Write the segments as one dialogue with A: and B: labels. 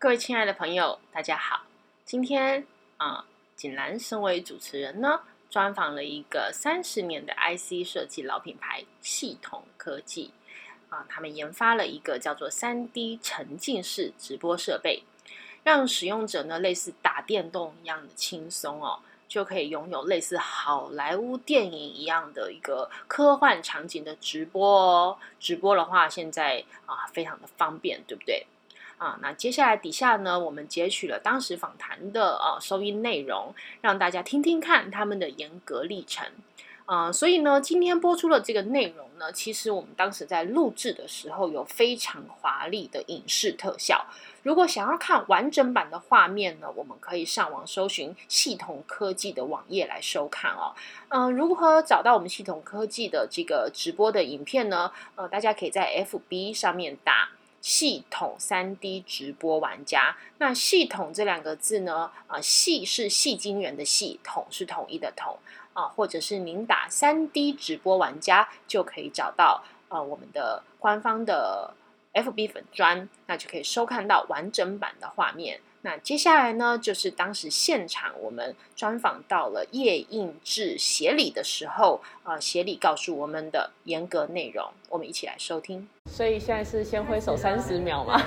A: 各位亲爱的朋友，大家好。今天锦兰身为主持人呢，专访了一个30年的 IC 设计老品牌系统科技他们研发了一个叫做 3D 沉浸式直播设备，让使用者呢类似打电动一样的轻松就可以拥有类似好莱坞电影一样的一个科幻场景的直播直播的话，现在非常的方便，对不对？那接下来底下呢，我们截取了当时访谈的收音内容，让大家听听看他们的严格历程。所以呢，今天播出的这个内容呢，其实我们当时在录制的时候有非常华丽的影视特效。如果想要看完整版的画面呢，我们可以上网搜寻系统科技的网页来收看如何找到我们系统科技的这个直播的影片呢？大家可以在 FB 上面打系统 3D 直播玩家。那系统这2个字呢，系是细晶圆的系，统是统一的统或者是您打 3D 直播玩家就可以找到我们的官方的 FB 粉专，那就可以收看到完整版的画面。那接下来呢，就是当时现场我们专访到了叶应志协理的时候协理告诉我们的严格内容，我们一起来收听。所以现在是先挥手30秒嘛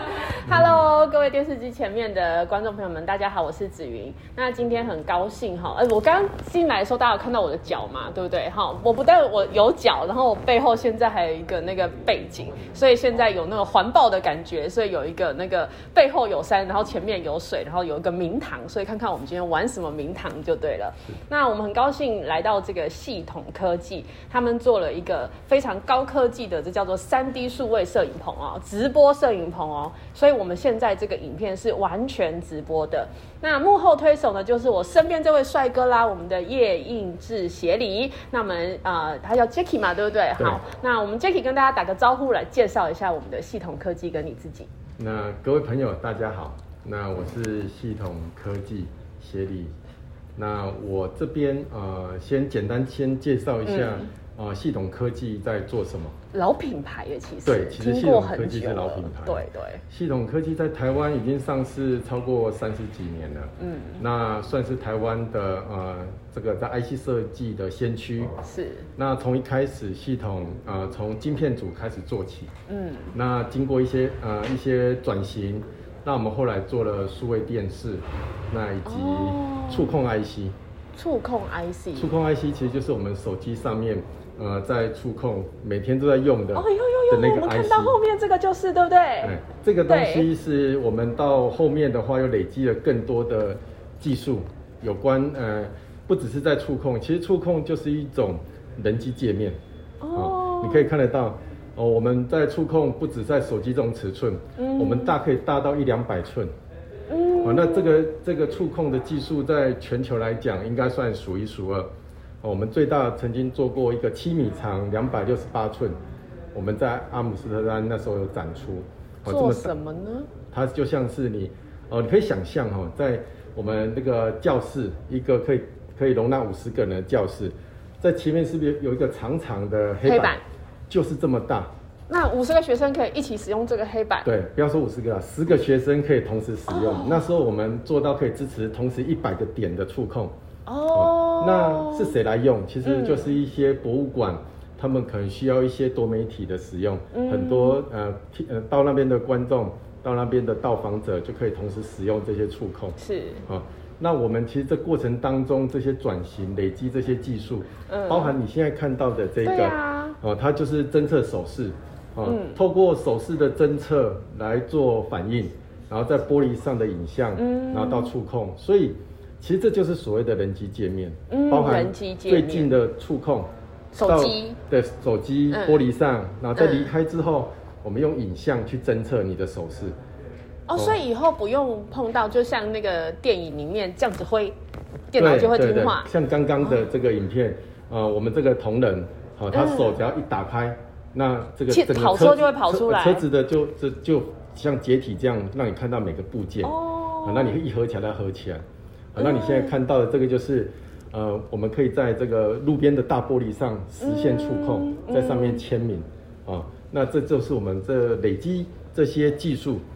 A: Hello， 各位电视机前面的观众朋友们，大家好，我是子云。那今天很高兴我刚刚进来的时候，大家有看到我的脚嘛，对不对？我不但我有脚，然后我背后现在还有一个那个背景，所以现在有那个环抱的感觉，所以有一个那个背后有山，然后前面有水，然后有一个明堂，所以看看我们今天玩什么明堂就对了。那我们很高兴来到这个系统科技，他们做了一个非常高科技的，这叫做3D 数位摄影棚直播摄影棚所以我们现在这个影片是完全直播的。那幕后推手呢，就是我身边这位帅哥啦，我们的叶应志协理。那我们他叫 Jacky 嘛，对不对？好，那我们 Jacky 跟大家打个招呼，来介绍一下我们的系统科技跟你自己。
B: 那各位朋友大家好，那我是系统科技协理。那我这边先简单介绍一下系统科技在做什么。
A: 老品牌耶，其实
B: 对，其实系统科技是老品牌。
A: 对，
B: 系统科技在台湾已经上市超过30几年了。那算是台湾的这个在 IC 设计的先驱。
A: 是。那
B: 从一开始系统从晶片组开始做起。那经过一些转型，那我们后来做了数位电视，那以及触控 IC。
A: 触控 IC，
B: 触控 IC 其实就是我们手机上面在触控每天都在用的
A: 有
B: 的那个 IC。
A: 我们看到后面这个就是对不对？
B: 这个东西是我们到后面的话又累积了更多的技术，有关不只是在触控，其实触控就是一种人机界面你可以看得到我们在触控不止在手机这种尺寸，我们可以大到100-200寸。那这个触控的技术在全球来讲应该算数一数二。我们最大曾经做过一个7米长268寸，我们在阿姆斯特丹那时候有展出。
A: 做什么呢？
B: 它就像是你可以想象在我们那个教室，一个可以容纳50个人的教室，在前面是不是有一个长长的黑板？就是这么大。
A: 那50个学生可以一起使用这个黑板？
B: 对，不要说50个了，10个学生可以同时使用。那时候我们做到可以支持同时100个点的触控。那是谁来用？其实就是一些博物馆，他们可能需要一些多媒体的使用，很多到那边的观众，到那边的到访者就可以同时使用这些触控。
A: 是
B: 那我们其实这过程当中，这些转型累积这些技术，包含你现在看到的这个，它就是侦测手势。透过手势的侦测来做反应，然后在玻璃上的影像，然后到触控，所以其实这就是所谓的人机界面，包含最近的触控，
A: 手机
B: 玻璃上，然后在离开之后，我们用影像去侦测你的手势。
A: 所以以后不用碰到，就像那个电影里面这样子挥，电脑就会听话。
B: 对，像刚刚的这个影片，我们这个同仁，他手只要一打开。那这个整个
A: 跑车就会跑出来，
B: 车子的就像解体这样，让你看到每个部件。那你一合起来，它合起来。那你现在看到的这个就是我们可以在这个路边的大玻璃上实现触控，在上面签名那这就是我们这累积这些技术，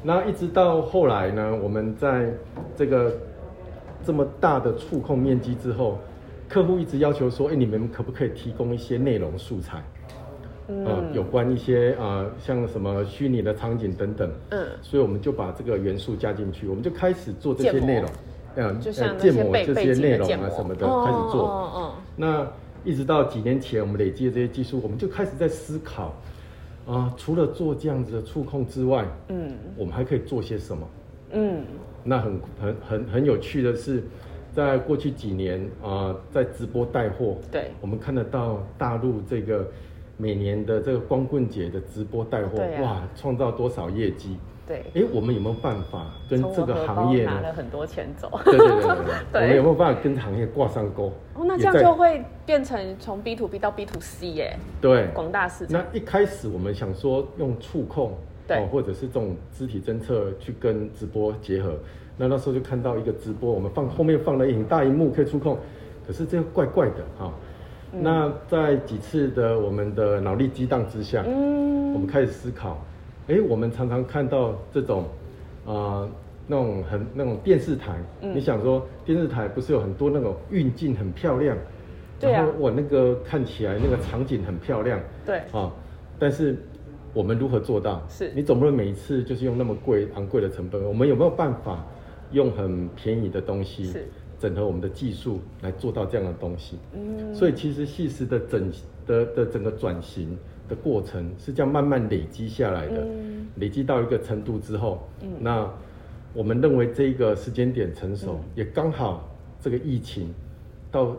B: 那一直到后来呢，我们在这个这么大的触控面积之后，客户一直要求说，你们可不可以提供一些内容素材？有关一些像什么虚拟的场景等等，所以我们就把这个元素加进去，我们就开始做这些内容，
A: 就像
B: 建模这些内容
A: 啊
B: 什么的开始做。那一直到几年前，我们累积的这些技术，我们就开始在思考，除了做这样子的触控之外，我们还可以做些什么？那很有趣的是，在过去几年在直播带货，
A: 对，
B: 我们看得到大陆这个每年的这个光棍节的直播带货，哇，创造多少业绩？
A: 对，
B: 我们有没有办法跟这个行业
A: 拿了很多钱走？
B: 对，我们有没有办法跟行业挂上钩？
A: 那这样就会变成从 B to B 到 B to C 耶。
B: 对，
A: 广大市场。
B: 那一开始我们想说用触控，或者是这种肢体侦测去跟直播结合。那时候就看到一个直播，我们后面放了很大荧幕可以触控，可是这个怪怪的那在几次的我们的脑力激荡之下，我们开始思考，我们常常看到这种那种电视台，你想说电视台不是有很多那种运镜很漂亮，然后那个看起来那个场景很漂亮，
A: 对
B: 但是我们如何做到？
A: 是你
B: 总不能每一次就是用那么昂贵的成本，我们有没有办法用很便宜的东西？整合我们的技术来做到这样的东西，所以其实细实的整个转型的过程是这样慢慢累积下来的，累积到一个程度之后，那我们认为这一个时间点成熟，也刚好这个疫情到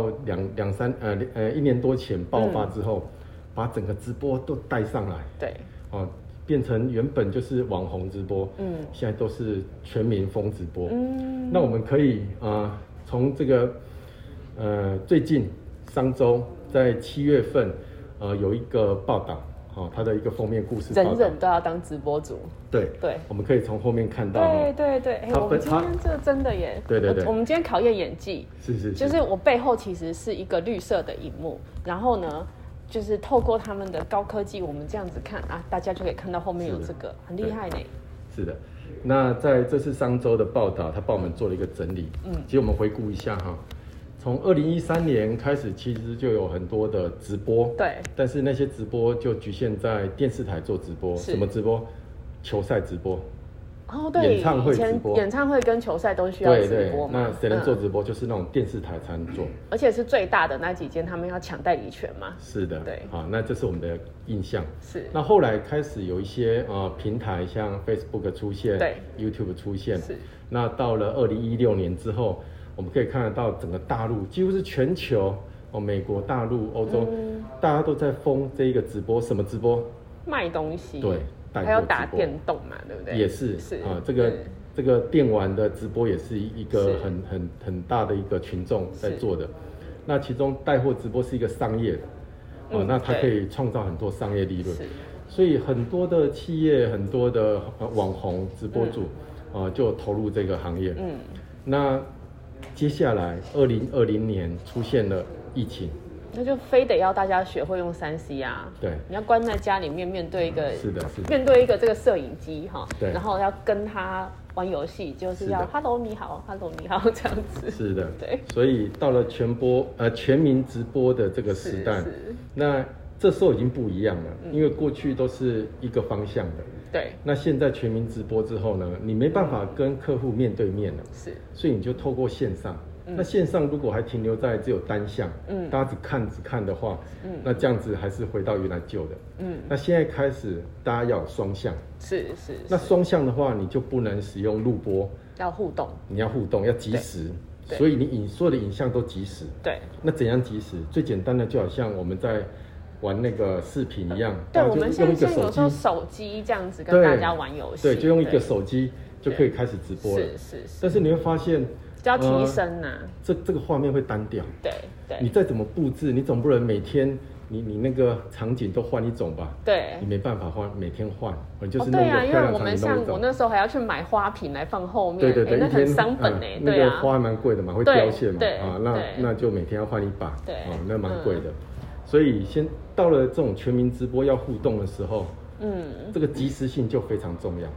B: 1年多前爆发之后，把整个直播都带上来，
A: 对，
B: 变成原本就是网红直播，现在都是全民疯直播。那我们可以从这个最近上周在7月份有一个报道，它的一个封面故事报道，
A: 人人都要当直播主。
B: 对，我们可以从后面看到。
A: 对，我们今天这真的耶。
B: 对，
A: 我们今天考验演技，
B: 是，
A: 就是我背后其实是一个绿色的荧幕，然后呢，就是透过他们的高科技，我们这样子看大家就可以看到后面有这个，很厉害呢。
B: 是的，那在这次上周的报道，他帮我们做了一个整理。其实我们回顾一下从2013年开始，其实就有很多的直播，
A: 对，
B: 但是那些直播就局限在电视台做直播，什么直播？球赛直播。
A: 对，
B: 演唱会直播，
A: 演唱会跟球赛都需要直播嘛。
B: 那谁能做直播？就是那种电视台才能做，
A: 而且是最大的那几间，他们要抢代理权嘛。
B: 是的，
A: 对，
B: 那这是我们的印象。
A: 是。
B: 那后来开始有一些平台，像 Facebook 出现，
A: 对
B: ，YouTube 出现。
A: 是。
B: 那到了2016年之后，我们可以看得到整个大陆几乎是全球美国、大陆、欧洲，大家都在疯这一个直播，什么直播？
A: 卖东西。
B: 对。
A: 还有打电动嘛，对不对？
B: 也是这个电玩的直播也是一个很大的一个群众在做的。那其中带货直播是一个商业的，那它可以创造很多商业利润。所以很多的企业、很多的网红直播主就投入这个行业。那接下来2020年出现了疫情。
A: 那就非得要大家学会用3C 啊！
B: 对，
A: 你要关在家里面，面对一个面对一个这个摄影机
B: 对，
A: 然后要跟他玩游戏，就是要 Hello 你好 ，Hello 你好这样子。
B: 是的，
A: 对。
B: 所以到了全民直播的这个时代，那这时候已经不一样了，因为过去都是一个方向的。
A: 对。
B: 那现在全民直播之后呢，你没办法跟客户面对面了，所以你就透过线上。那线上如果还停留在只有单向，大家只看的话，那这样子还是回到原来旧的。那现在开始大家要有双向，
A: 是。
B: 那双向的话，你就不能使用录播，
A: 要互动，
B: 你要互动，要即时，所以你所有的影像都即时。
A: 对。
B: 那怎样即时？最简单的就好像我们在玩那个视频一样，
A: 对，我们现在有时候手机这样子跟大家玩游戏，
B: 对，就用一个手机就可以开始直播了。
A: 是。
B: 但是你会发现。
A: 要提升呐，
B: 这个画面会单调。
A: 对，
B: 你再怎么布置，你总不能每天你那个场景都换一种吧？
A: 对，
B: 你没办法每天换，你就是
A: 对啊，因为我们像我那时候还要去买花瓶来放后面，
B: 对，
A: 那很伤本哎，
B: 那个花还蛮贵的嘛，会凋谢嘛，那就每天要换一把，
A: 对，
B: 那蛮贵的。所以先到了这种全民直播要互动的时候，这个即时性就非常重要。
A: 对，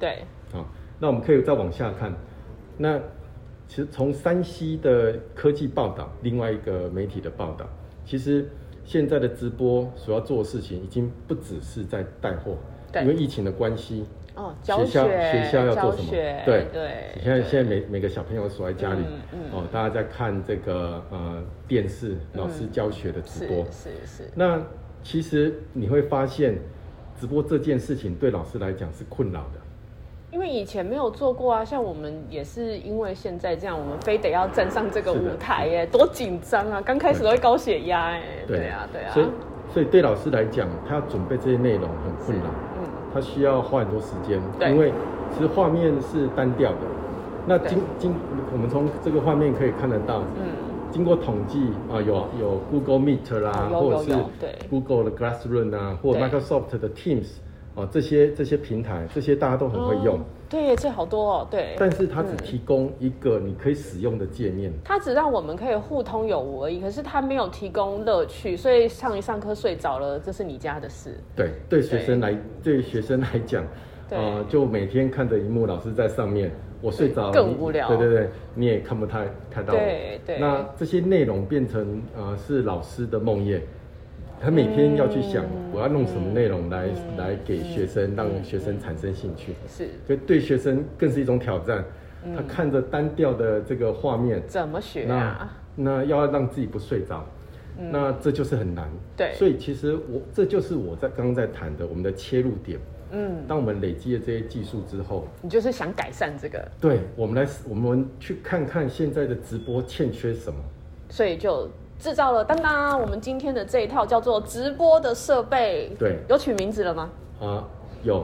B: 那我们可以再往下看，那其实从3C 的科技报道，另外一个媒体的报道，其实现在的直播所要做的事情已经不只是在带货，因为疫情的关系。
A: 教
B: 学校要做什么？对，现在每个小朋友锁在家里，大家在看这个电视，老师教学的直播，
A: 是。
B: 那其实你会发现，直播这件事情对老师来讲是困扰的，
A: 因为以前没有做过啊。像我们也是因为现在这样，我们非得要站上这个舞台耶，多紧张啊！刚开始都会高血压哎，对啊。
B: 所以对老师来讲，他要准备这些内容很困难。它需要花很多时间，因为其实画面是单调的。那我们从这个画面可以看得到，经过统计有 Google Meet 啦，或者是 Google 的 Classroom 啊，或者 Microsoft 的 Teams 这些平台，这些大家都很会用。
A: 对，这好多哦，对。
B: 但是它只提供一个你可以使用的界面，
A: 它只让我们可以互通有无而已，可是它没有提供乐趣，所以上一上课睡着了，这是你家的事。对学生来讲，就每天看着萤幕，老师在上面，我睡着了更无聊。
B: 对，你也看不太到我。
A: 对。
B: 那这些内容变成是老师的梦魇。他每天要去想我要弄什么内容来给学生，让学生产生兴趣，
A: 是，
B: 所以对学生更是一种挑战。他看着单调的这个画面，
A: 怎么学啊？
B: 那要让自己不睡着，那这就是很难。
A: 对，
B: 所以其实这就是我刚刚在谈的我们的切入点。当我们累积了这些技术之后，
A: 你就是想改善这个。
B: 对，我们去看看现在的直播欠缺什么，
A: 所以就制造了我们今天的这一套叫做直播的设备。
B: 对，
A: 有取名字了吗？
B: 有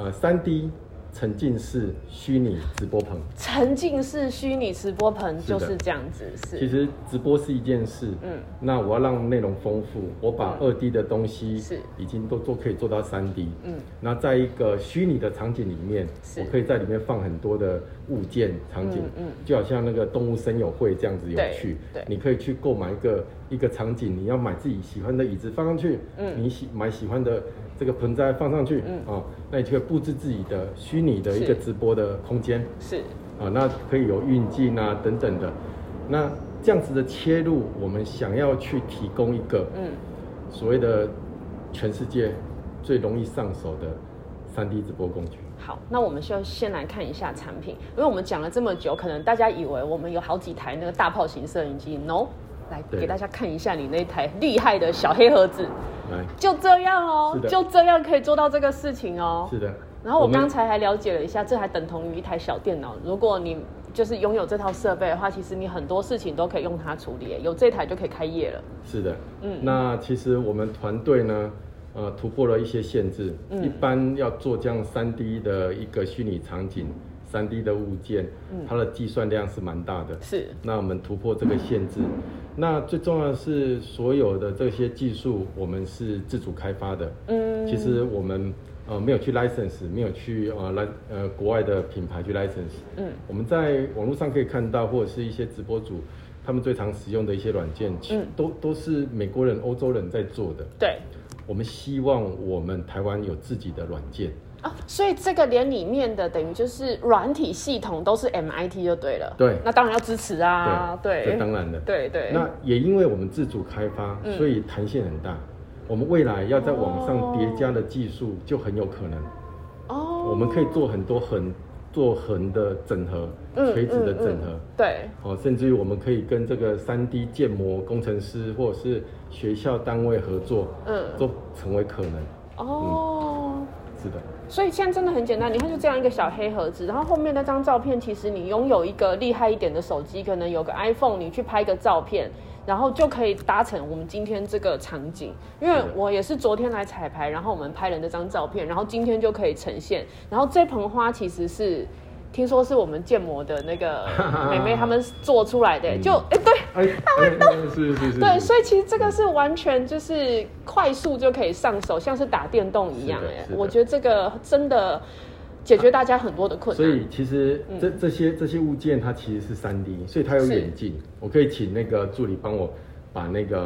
B: 3D 沉浸式虚拟直播棚。
A: 沉浸式虚拟直播棚就是这样子。是，
B: 其实直播是一件事，那我要让内容丰富，我把2D 的东西已经都可以做到3D，那在一个虚拟的场景里面，我可以在里面放很多的物件场景，就好像那个动物森友会这样子有趣。你可以去购买一个场景，你要买自己喜欢的椅子放上去，你买喜欢的这个盆栽放上去，那你就可以布置自己的虚拟的一个直播的空间，那可以有运镜啊等等的。那这样子的切入，我们想要去提供一个所谓的全世界最容易上手的3D 直播工具。
A: 好，那我们就先来看一下产品，因为我们讲了这么久，可能大家以为我们有好几台那个大炮型摄影机 ，no， 来给大家看一下你那台厉害的小黑盒子，就这样哦，就这样可以做到这个事情哦。
B: 是的。
A: 然后我刚才还了解了一下，这还等同于一台小电脑。如果你就是拥有这套设备的话，其实你很多事情都可以用它处理，有这台就可以开业了。
B: 是的，那其实我们团队呢，突破了一些限制。一般要做这样3D 的一个虚拟场景，3D 的物件，它的计算量是蛮大的。
A: 是。
B: 那我们突破这个限制。那最重要的是，所有的这些技术我们是自主开发的。其实我们没有去 license， 没有去国外的品牌去 license。我们在网络上可以看到，或者是一些直播主他们最常使用的一些软件，都是美国人、欧洲人在做的。
A: 对。
B: 我们希望我们台湾有自己的软件。
A: 所以这个连里面的等于就是软体系统都是 MIT 就对了。
B: 对，
A: 那当然要支持啊。对，
B: 这当然的。
A: 对。
B: 那也因为我们自主开发，所以弹性很大。我们未来要在网上叠加的技术就很有可能。我们可以做很多做横的整合，垂直的整合。对。甚至于我们可以跟这个3D 建模工程师或者是学校单位合作，都成为可能。是的。
A: 所以现在真的很简单，你看就这样一个小黑盒子，然后后面那张照片，其实你拥有一个厉害一点的手机，可能有个 iPhone， 你去拍个照片，然后就可以达成我们今天这个场景。因为我也是昨天来彩排，然后我们拍了那张照片，然后今天就可以呈现。然后这盆花其实是听说是我们建模的那个妹妹他们做出来的，对，他会动，是，对，所以其实这个是完全就是快速就可以上手，像是打电动一样，我觉得这个真的解决大家很多的困难。
B: 所以其实这些物件它其实是3D，所以它有远近，我可以请那个助理帮我把那个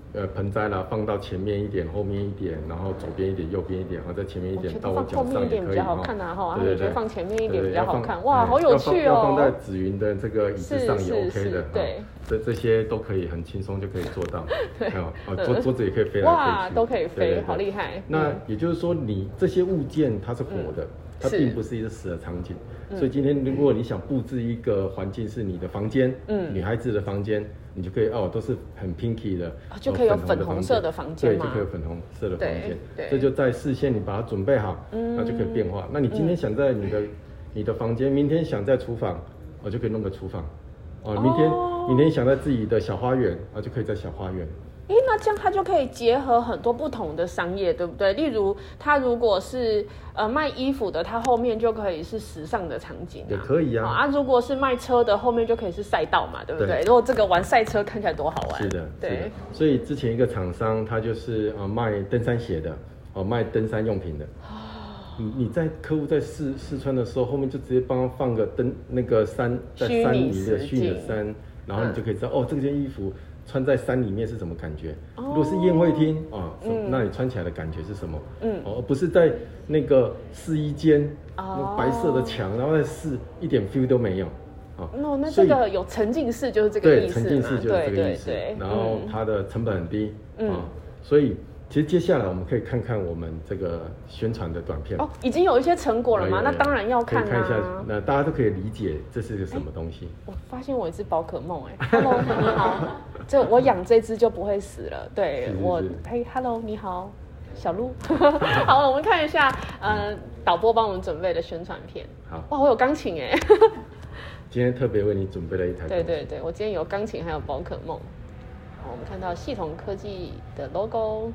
B: 盆栽啦，放到前面一点、后面一点，然后左边一点、右边一点，然后在前面一点，到我脚上也可以。
A: 比较好看啊，哈，
B: 对对对，
A: 放前面一点比较好看。哇，好有趣哦！
B: 要放在紫云的这个椅子上也 OK 的，
A: 对，
B: 这些都可以很轻松就可以做到。对，桌子也可以飞来飞去，
A: 哇，都可以飞，好厉害。
B: 那也就是说，你这些物件它是活的。它并不是一个死的场景，所以今天如果你想布置一个环境是你的房间，女孩子的房间，你就可以都是很 pinky 的，
A: 就可以有粉红色的房间，
B: 对，就可以有粉红色的房间，这就在事先你把它准备好，那就可以变化。那你今天想在你的房间，明天想在厨房，就可以弄个厨房，明天想在自己的小花园，就可以在小花园。
A: 那这样它就可以结合很多不同的商业，对不对？例如，它如果是卖衣服的，它后面就可以是时尚的场景，
B: 也可以啊。
A: 如果是卖车的，后面就可以是赛道嘛，对不对？如果这个玩赛车看起来多好玩。
B: 是的，
A: 对。
B: 所以之前一个厂商，他就是卖登山鞋的，卖登山用品的。你在客户在试穿的时候，后面就直接帮他放个那个山在山里的虚拟的山，然后你就可以知道这件衣服穿在山里面是什么感觉？如果是宴会厅那你穿起来的感觉是什么？而不是在那个试衣间，白色的墙，然后再试一点 feel 都没有。
A: 那这个有沉浸式就是这个意思，
B: 对，沉浸式就是这个意思。然后它的成本很低，所以其实接下来我们可以看看我们这个宣传的短片。
A: 已经有一些成果了吗？那当然要看啊。
B: 可以看一下，那大家都可以理解这是个什么东西。
A: 我发现我有一只宝可梦，Hello， 你好，我养这只就不会死了。对，嘿 ，Hello， 你好，小鹿。好，我们看一下，导播帮我们准备的宣传片。
B: 好，
A: 哇，我有钢琴哎。
B: 今天特别为你准备了一台。
A: 对，我今天有钢琴，还有宝可梦。我们看到系统科技的 logo。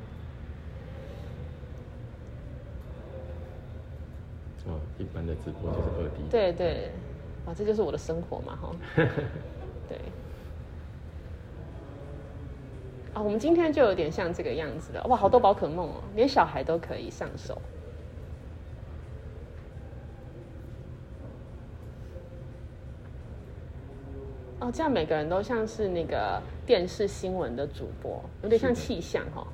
B: 一般的直播就是2D。
A: 对，这就是我的生活嘛，哈。对。我们今天就有点像这个样子了，哇，好多宝可梦哦，连小孩都可以上手。这样每个人都像是那个电视新闻的主播，有点像气象哈。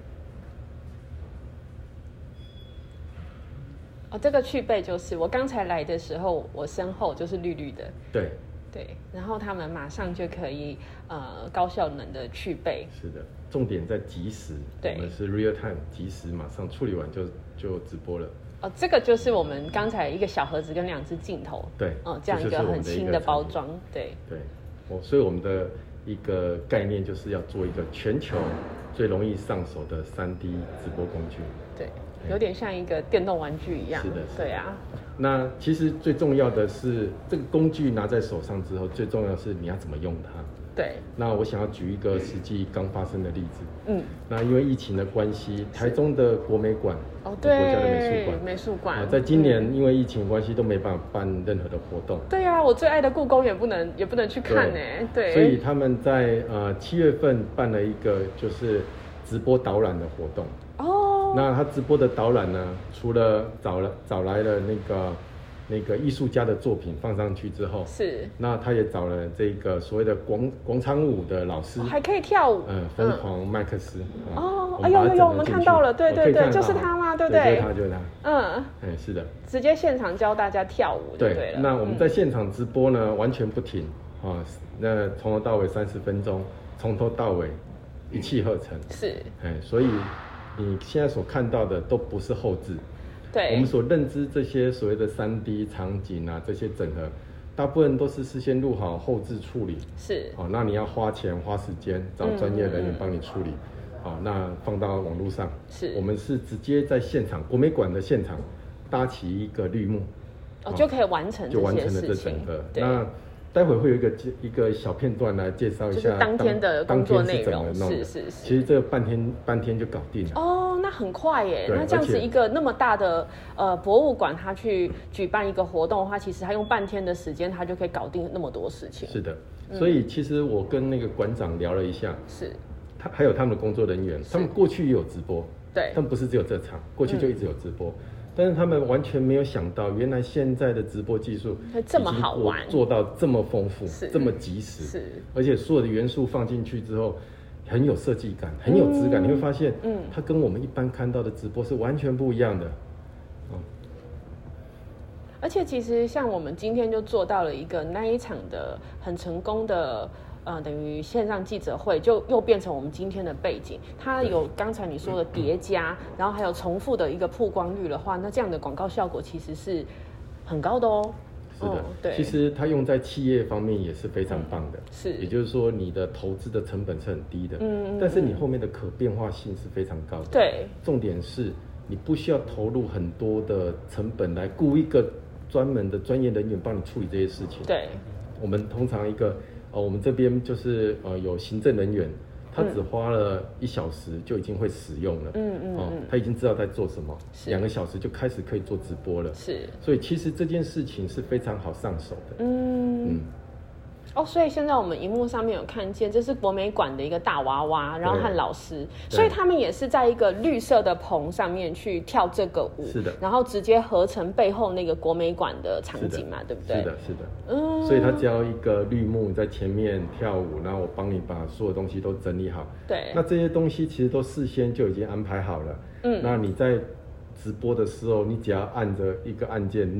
A: 这个去背就是我刚才来的时候，我身后就是绿绿的。对，然后他们马上就可以高效能的去背。
B: 是的，重点在即时，我们是 real time， 即时马上处理完就直播了。
A: 这个就是我们刚才一个小盒子跟2只镜头。
B: 对，
A: 这样一个很轻的包装。对，
B: 所以我们的一个概念就是要做一个全球最容易上手的3D 直播工具。
A: 对，有点像一个电动玩具一样。
B: 是的，
A: 对啊。
B: 那其实最重要的是，这个工具拿在手上之后，最重要的是你要怎么用它。
A: 对。
B: 那我想要举一个实际刚发生的例子。那因为疫情的关系，台中的国美馆，
A: 对，
B: 国家的美术馆，在今年因为疫情关系都没办法办任何的活动。
A: 对啊，我最爱的故宫也不能去看呢。对。
B: 所以他们在7月份办了一个就是直播导览的活动。那他直播的导览呢，除了找来了那个艺术家的作品放上去之后，那他也找了这个所谓的广场舞的老师，
A: 还可以跳舞，
B: 疯狂麦克斯。
A: 有，我们看到了，对，就是他吗？对不对？
B: 就是他。是的，
A: 直接现场教大家跳舞就对了。
B: 那我们在现场直播呢，完全不停那从头到尾30分钟，从头到尾一气呵成。所以你现在所看到的都不是后置。对，我们所认知这些所谓的3D 场景这些整合，大部分都是事先录好，后置处理。那你要花钱花时间找专业人员帮你处理。那放到网络上。我们是直接在现场国美馆的现场搭起一个绿幕，
A: 就可以完成
B: 就完成了这整个。那待会会有一个小片段来介绍一下
A: 当天的工作内容。是。
B: 其实这个半天就搞定了。
A: 那很快耶。那这样子一个那么大的博物馆，它去举办一个活动的话，其实它用半天的时间，它就可以搞定那么多事情。
B: 是的。所以其实我跟那个馆长聊了一下，还有他们的工作人员，他们过去也有直播，他们不是只有这场，过去就一直有直播。但是他们完全没有想到，原来现在的直播技术
A: 这么好玩，
B: 做到这么丰富，这么及时，而且所有的元素放进去之后， 很有设计感，很有质感，你会发现，它跟我们一般看到的直播是完全不一样的。
A: 而且其实像我们今天就做到了一个那一场的很成功的。等于线上记者会就又变成我们今天的背景，它有刚才你说的叠加，然后还有重复的一个曝光率的话，那这样的广告效果其实是很高的哦。
B: 是的，对，其实它用在企业方面也是非常棒的，
A: 是，
B: 也就是说你的投资的成本是很低的，但是你后面的可变化性是非常高的，
A: 对，
B: 重点是你不需要投入很多的成本来雇一个专门的专业人员帮你处理这些事情，
A: 对，
B: 我们通常我们这边就是有行政人员，他只花了1小时就已经会使用了，他已经知道在做什么，2个小时就开始可以做直播了，
A: 是，
B: 所以其实这件事情是非常好上手的，
A: 所以现在我们荧幕上面有看见，这是国美馆的一个大娃娃，然后和老师，所以他们也是在一个绿色的棚上面去跳这个舞，
B: 是的，
A: 然后直接合成背后那个国美馆的场景嘛，对不对？
B: 是的，所以他只要一个绿幕在前面跳舞，然后我帮你把所有东西都整理好，
A: 对，
B: 那这些东西其实都事先就已经安排好了，那你在直播的时候，你只要按着一个按键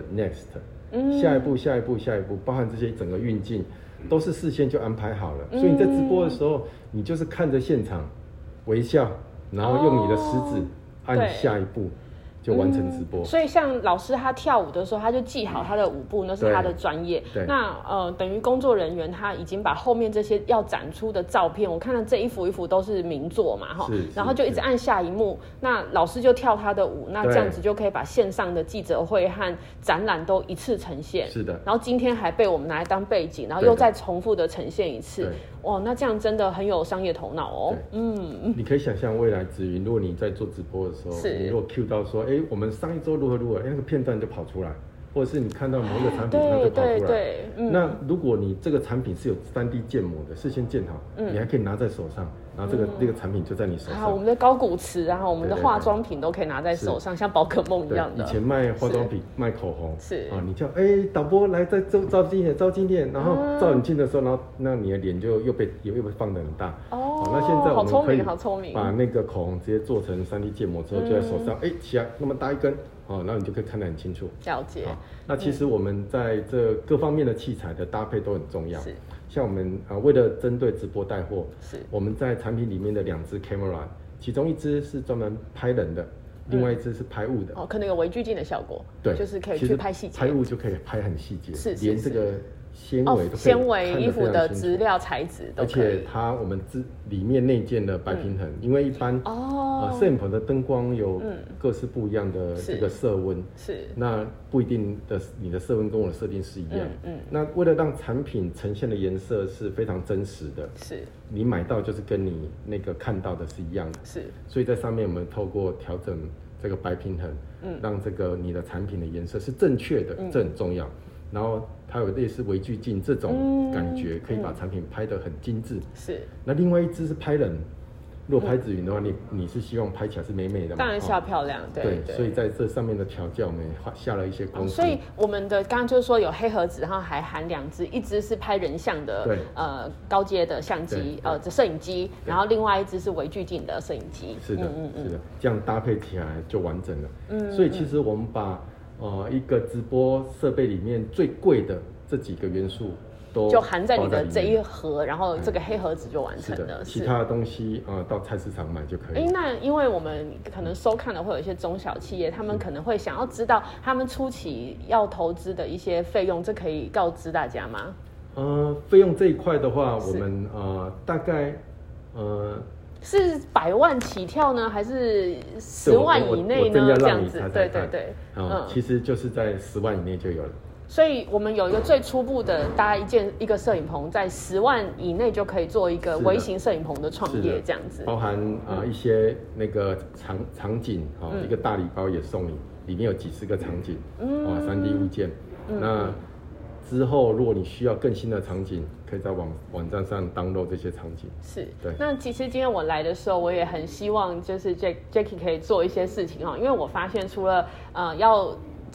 B: next，下一步，包含这些整个运镜都是事先就安排好了，所以你在直播的时候，你就是看着现场微笑，然后用你的食指按下一步。就完成直播，
A: 所以像老师他跳舞的时候，他就记好他的舞步，那是他的专业。那等于工作人员他已经把后面这些要展出的照片，我看到这一幅一幅都是名作嘛，哈，然后就一直按下一幕，那老师就跳他的舞，那这样子就可以把线上的记者会和展览都一次呈现。
B: 是的，
A: 然后今天还被我们拿来当背景，然后又再重复的呈现一次。哇，那这样真的很有商业头脑哦。
B: 你可以想象未来紫云，如果你在做直播的时候，你如果 cue 到说，我们上一周如何，那个片段就跑出来，或者是你看到某一个产品，它就跑出来。那如果你这个产品是有3D 建模的，事先建好，你还可以拿在手上，然后这个产品就在你手上。
A: 我们的高古瓷啊，我们的化妆品都可以拿在手上，像宝可梦一样的。
B: 以前卖化妆品、卖口红，是啊，你叫导播来再照镜片，然后照很近的时候，然后那你的脸就又被放得很大。那现在我们可以把那个口红直接做成3D 建模之后，就在手上，起来那么大一根。然后你就可以看得很清楚。
A: 了解。
B: 那其实我们在这各方面的器材的搭配都很重要。是。像我们为了针对直播带货，是我们在产品里面的2支 camera， 其中1支是专门拍人的，另外1支是拍物的。
A: 可能有微距镜的效果。对，就是可以去拍细节。
B: 拍物就可以拍很细节，
A: 是
B: 连这个纤维都可以
A: 纤维衣服的质料材质都可以。
B: 而且我们里面内建的白平衡，因为一般摄影棚的灯光有各式不一样的这个色温，是那不一定你的色温跟我的设定是一样。那为了让产品呈现的颜色是非常真实的，是你买到就是跟你那个看到的是一样的，是所以在上面我们透过调整这个白平衡，让这个你的产品的颜色是正确的，这很重要。然后它有类似微距镜这种感觉，可以把产品拍得很精致。是。那另外1支是拍人，如果拍紫云的话，你是希望拍起来是美美的嘛？
A: 当然是要漂亮，对。
B: 所以在这上面的调教，我们下了一些功夫。
A: 所以我们的刚刚就是说有黑盒子，然后还含2支，1支是拍人像的，高阶的相机，摄影机，然后另外1支是微距镜的摄影机。
B: 是的，是的，这样搭配起来就完整了。所以其实我们把一个直播设备里面最贵的这几个元素都
A: 就含在你的这一盒，然后这个黑盒子就完成了。
B: 其他的东西到菜市场买就可以。
A: 那因为我们可能收看的会有一些中小企业，他们可能会想要知道他们初期要投资的一些费用，这可以告知大家吗？
B: 费用这一块的话，我们大概
A: 是100万起跳呢，还是10万以内呢？这样子，对。
B: 其实就是在10万以内就有了。
A: 所以我们有一个最初步的，大家一个摄影棚，在10万以内就可以做一个微型摄影棚的创业，这样子。
B: 包含一些那个场景一个大礼包也送你，里面有几十个场景，3D 物件。那之后，如果你需要更新的场景，可以在网站上 download 这些场景。是，对。那
A: 其实今天我来的时候，我也很希望就是 Jackie 可以做一些事情因为我发现除了要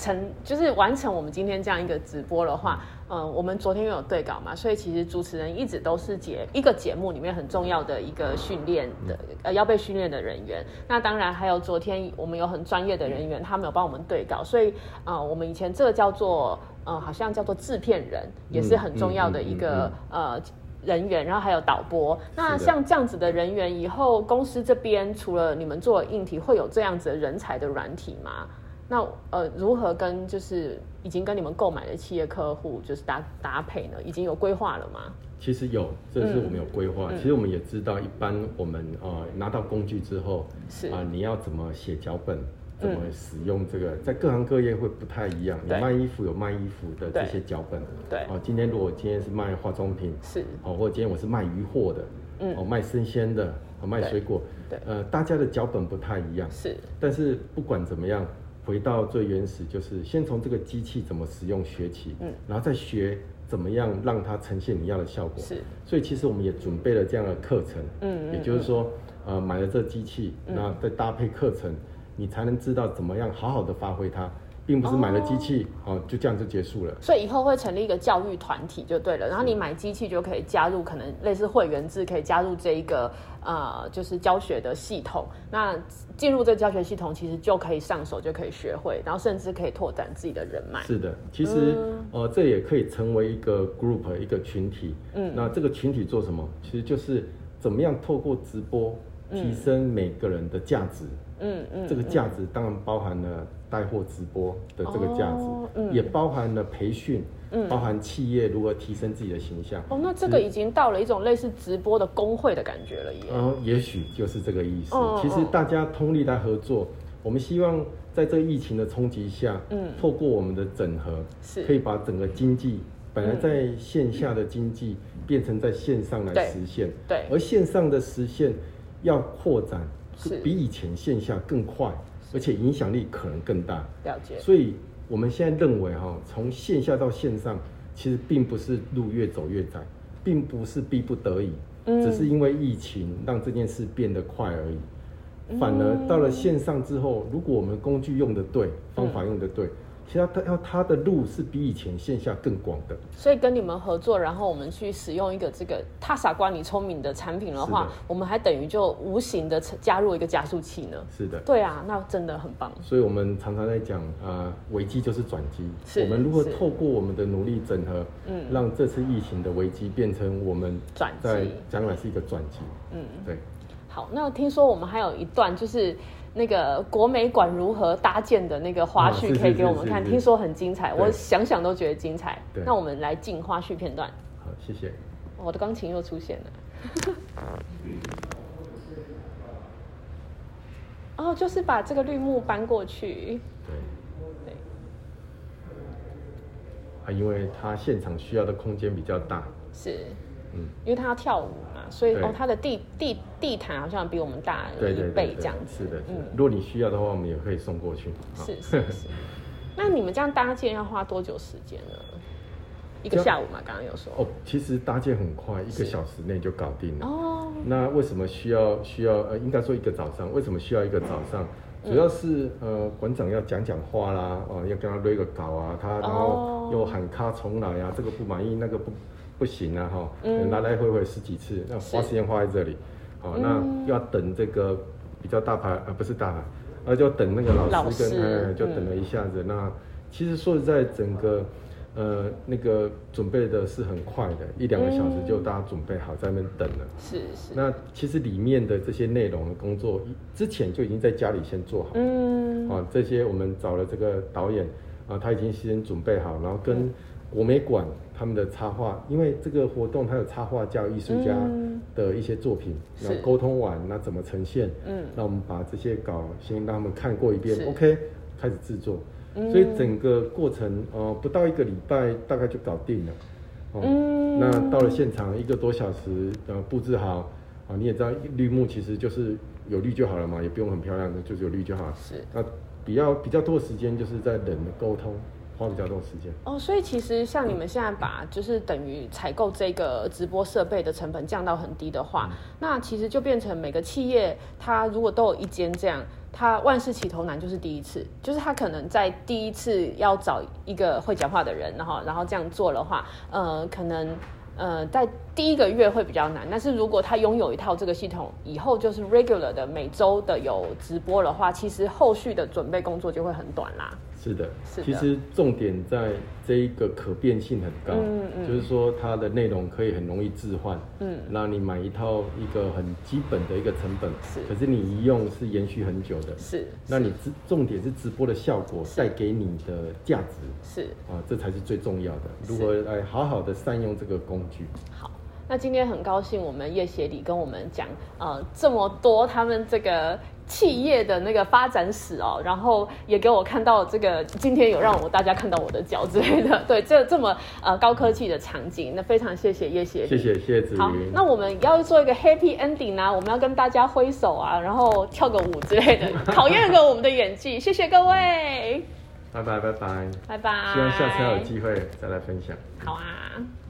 A: 就是完成我们今天这样一个直播的话，我们昨天有对稿嘛，所以其实主持人一直都是一个节目里面很重要的一个训练的要被训练的人员。那当然还有昨天我们有很专业的人员，他们有帮我们对稿，所以我们以前这个叫做好像叫做制片人，也是很重要的一个人员，然后还有导播。那像这样子的人员，以后公司这边除了你们做硬体，会有这样子的人才的软体吗？那如何跟就是已经跟你们购买的企业客户就是搭配呢？已经有规划了吗？
B: 其实有，这是我们有规划。其实我们也知道，一般我们拿到工具之后，你要怎么写脚本，怎么使用这个，在各行各业会不太一样。你卖衣服有卖衣服的这些脚本，
A: 对。
B: 今天如果今天是卖化妆品，或者今天我是卖鱼货的，卖生鲜的，卖水果，对，大家的脚本不太一样，但是不管怎么样。回到最原始，就是先从这个机器怎么使用学起，然后再学怎么样让它呈现你要的效果。所以其实我们也准备了这样的课程，也就是说，买了这机器，然后再搭配课程，你才能知道怎么样好好的发挥它，并不是买了机器就这样就结束了。
A: 所以以后会成立一个教育团体就对了，然后你买机器就可以加入，可能类似会员制，可以加入这一个就是教学的系统。那进入这个教学系统，其实就可以上手，就可以学会，然后甚至可以拓展自己的人脉。
B: 是的，其实这也可以成为一个 group 一个群体。那这个群体做什么？其实就是怎么样透过直播提升每个人的价值。这个价值当然包含了带货直播的这个价值，也包含了培训，包含企业如何提升自己的形象。
A: 那这个已经到了一种类似直播的工会的感觉了耶。
B: 也许就是这个意思。其实大家通力来合作，我们希望在这个疫情的冲击下，透过我们的整合，可以把整个经济本来在线下的经济变成在线上来实现。对，而线上的实现要扩展。比以前线下更快，而且影响力可能更大。
A: 了解。
B: 所以我们现在认为从线下到线上，其实并不是路越走越窄，并不是逼不得已，只是因为疫情让这件事变得快而已。反而到了线上之后，如果我们工具用得对，方法用得对，其实它的路是比以前线下更广的。
A: 所以跟你们合作，然后我们去使用一个这个他傻瓜你聪明的产品的话，我们还等于就无形的加入一个加速器呢。
B: 是的。
A: 对啊，那真的很棒。
B: 所以我们常常在讲危机就是转机。我们如何透过我们的努力整合，让这次疫情的危机变成我们在将来是一个转机。对。
A: 好，那听说我们还有一段就是那个国美馆如何搭建的那个花絮可以给我们看，听说很精彩，我想想都觉得精彩。那我们来进花絮片段。
B: 好，谢谢。
A: 我的钢琴又出现了。就是把这个绿幕搬过去。
B: 对。因为它现场需要的空间比较大。
A: 是。因为他要跳舞嘛，所以他的地毯好像比我们大1倍这样子。
B: 是的，如果你需要的话，我们也可以送过去。
A: 是。那你们这样搭建要花多久时间呢？一个下午嘛，刚刚有说。
B: 其实搭建很快，1个小时内就搞定了。那为什么需要应该说1个早上？为什么需要1个早上？主要是馆长要讲话啦，要跟他对个稿啊，然后又喊卡重来啊，这个不满意，那个不行啊，来来回回10几次，那花时间花在这里，那要等这个比较大牌不是大牌，就等那个老师跟就等了一下子。那其实说实在，整个那个准备的是很快的，1-2个小时就大家准备好在那边等了。
A: 是。
B: 那其实里面的这些内容的工作，之前就已经在家里先做好。这些我们找了这个导演他已经先准备好，然后跟国美馆他们的插画，因为这个活动它有插画家、艺术家的一些作品，然后沟通完，那怎么呈现？那我们把这些稿先让他们看过一遍 ，OK， 开始制作。所以整个过程不到1个礼拜大概就搞定了。那到了现场1个多小时，布置好你也知道绿幕其实就是有绿就好了嘛，也不用很漂亮的，就是有绿就好了。是。那比较多的时间就是在人的沟通。 花比较多时间。
A: 所以其实像你们现在把就是等于采购这个直播设备的成本降到很低的话，那其实就变成每个企业它如果都有一间这样，它万事起头难就是第一次，就是它可能在第一次要找一个会讲话的人，然后这样做的话，可能在第一个月会比较难，但是如果他拥有一套这个系统，以后就是 regular 的每周的有直播的话，其实后续的准备工作就会很短啦。
B: 是的，其实重点在这一个可变性很高，就是说它的内容可以很容易置换，那你买一套一个很基本的一个成本，可是你一用是延续很久的，那你重点是直播的效果带给你的价值，这才是最重要的。如何来好好的善用这个工具？
A: 好。那今天很高兴，我们叶协理跟我们讲这么多他们这个企业的那个发展史哦，然后也给我看到这个今天有让大家看到我的脚之类的，对，这么高科技的场景，那非常谢谢叶协理，
B: 谢谢子瑜。
A: 好，那我们要做一个 happy ending 啊，我们要跟大家挥手啊，然后跳个舞之类的，考验个我们的演技，谢谢各位，
B: 拜拜，
A: 拜拜，
B: 希望下次还有机会再来分享。
A: 好啊。